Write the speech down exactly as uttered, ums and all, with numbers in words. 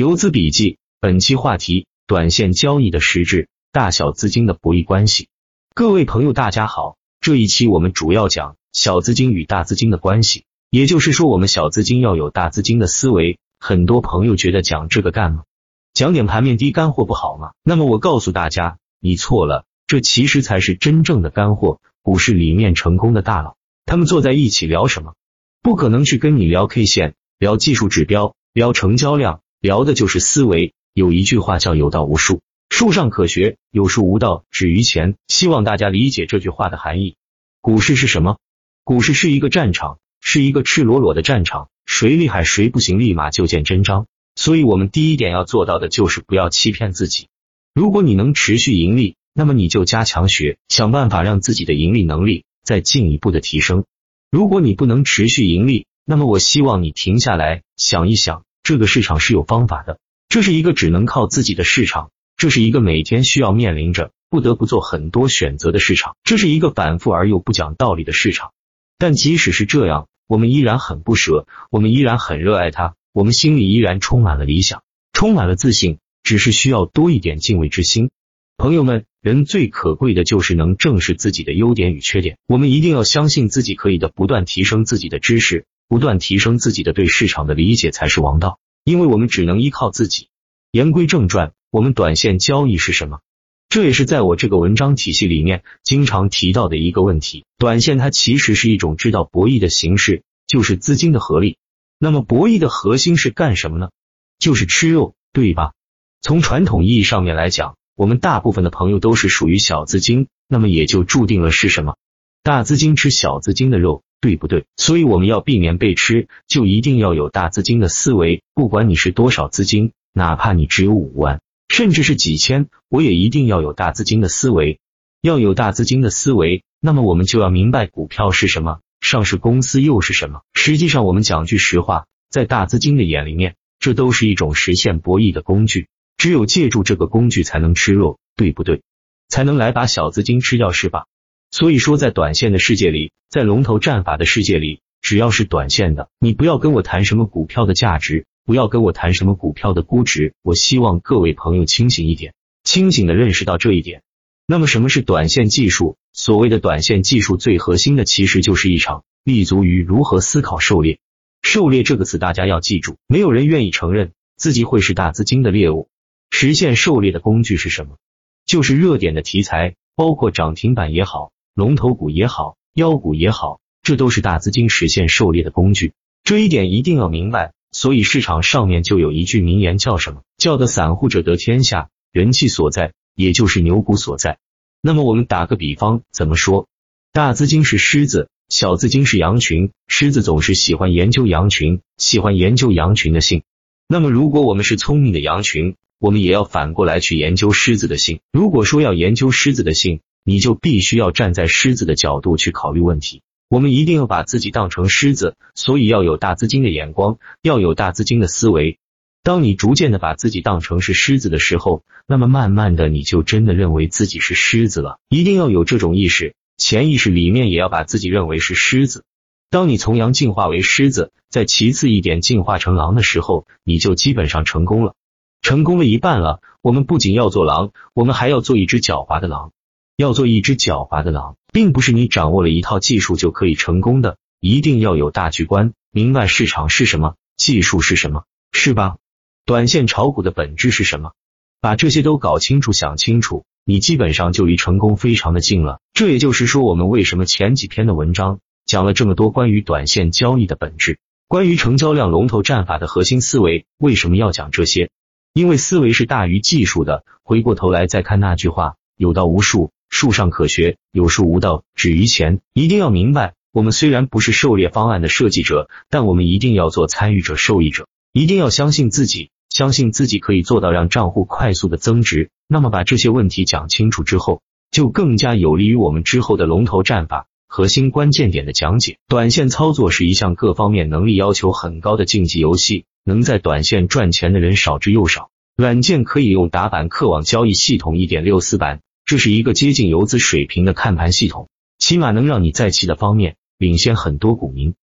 游资笔记，本期话题：短线交易的实质，大小资金的博弈关系。各位朋友大家好，这一期我们主要讲小资金与大资金的关系，也就是说我们小资金要有大资金的思维。很多朋友觉得讲这个干嘛？讲点盘面低干货不好吗？那么我告诉大家，你错了，这其实才是真正的干货。股市里面成功的大佬，他们坐在一起聊什么？不可能去跟你聊 K 线，聊技术指标，聊成交量，聊的就是思维。有一句话叫有道无术，术上可学，有术无道，止于前。希望大家理解这句话的含义。股市是什么？股市是一个战场，是一个赤裸裸的战场，谁厉害谁不行，立马就见真章。所以我们第一点要做到的就是不要欺骗自己。如果你能持续盈利，那么你就加强学，想办法让自己的盈利能力再进一步的提升。如果你不能持续盈利，那么我希望你停下来想一想，这个市场是有方法的。这是一个只能靠自己的市场，这是一个每天需要面临着不得不做很多选择的市场，这是一个反复而又不讲道理的市场。但即使是这样，我们依然很不舍，我们依然很热爱它，我们心里依然充满了理想，充满了自信，只是需要多一点敬畏之心。朋友们，人最可贵的就是能正视自己的优点与缺点，我们一定要相信自己可以的，不断提升自己的知识，不断提升自己的对市场的理解才是王道，因为我们只能依靠自己。言归正传，我们短线交易是什么？这也是在我这个文章体系里面经常提到的一个问题。短线它其实是一种知道博弈的形式，就是资金的合力。那么博弈的核心是干什么呢？就是吃肉，对吧？从传统意义上面来讲，我们大部分的朋友都是属于小资金，那么也就注定了是什么？大资金吃小资金的肉，对不对？所以我们要避免被吃，就一定要有大资金的思维，不管你是多少资金，哪怕你只有五万，甚至是几千，我也一定要有大资金的思维。要有大资金的思维，那么我们就要明白股票是什么，上市公司又是什么。实际上我们讲句实话，在大资金的眼里面，这都是一种实现博弈的工具，只有借助这个工具才能吃肉，对不对？才能来把小资金吃掉，是吧？所以说在短线的世界里，在龙头战法的世界里，只要是短线的，你不要跟我谈什么股票的价值，不要跟我谈什么股票的估值，我希望各位朋友清醒一点，清醒的认识到这一点。那么什么是短线技术？所谓的短线技术最核心的其实就是一场立足于如何思考狩猎。狩猎这个词大家要记住，没有人愿意承认自己会是大资金的猎物。实现狩猎的工具是什么？就是热点的题材，包括涨停板也好，龙头股也好，妖股也好，这都是大资金实现狩猎的工具。这一点一定要明白。所以市场上面就有一句名言，叫什么？叫的散户者得天下，人气所在，也就是牛股所在。那么我们打个比方，怎么说？大资金是狮子，小资金是羊群，狮子总是喜欢研究羊群，喜欢研究羊群的性。那么如果我们是聪明的羊群，我们也要反过来去研究狮子的性。如果说要研究狮子的性，你就必须要站在狮子的角度去考虑问题。我们一定要把自己当成狮子，所以要有大资金的眼光，要有大资金的思维。当你逐渐的把自己当成是狮子的时候，那么慢慢的你就真的认为自己是狮子了。一定要有这种意识，潜意识里面也要把自己认为是狮子。当你从羊进化为狮子，再其次一点进化成狼的时候，你就基本上成功了。成功了一半了，我们不仅要做狼，我们还要做一只狡猾的狼。要做一只狡猾的狼，并不是你掌握了一套技术就可以成功的，一定要有大局观，明白市场是什么，技术是什么，是吧？短线炒股的本质是什么？把这些都搞清楚想清楚，你基本上就离成功非常的近了。这也就是说我们为什么前几篇的文章讲了这么多关于短线交易的本质，关于成交量龙头战法的核心思维，为什么要讲这些？因为思维是大于技术的。回过头来再看那句话，有道无术，术上可学，有术无道，止于前。一定要明白，我们虽然不是狩猎方案的设计者，但我们一定要做参与者受益者，一定要相信自己，相信自己可以做到让账户快速的增值。那么把这些问题讲清楚之后，就更加有利于我们之后的龙头战法核心关键点的讲解。短线操作是一项各方面能力要求很高的竞技游戏，能在短线赚钱的人少之又少。软件可以用打板客网交易系统 一点六四 版，这是一个接近游资水平的看盘系统，起码能让你在其的方面领先很多股民。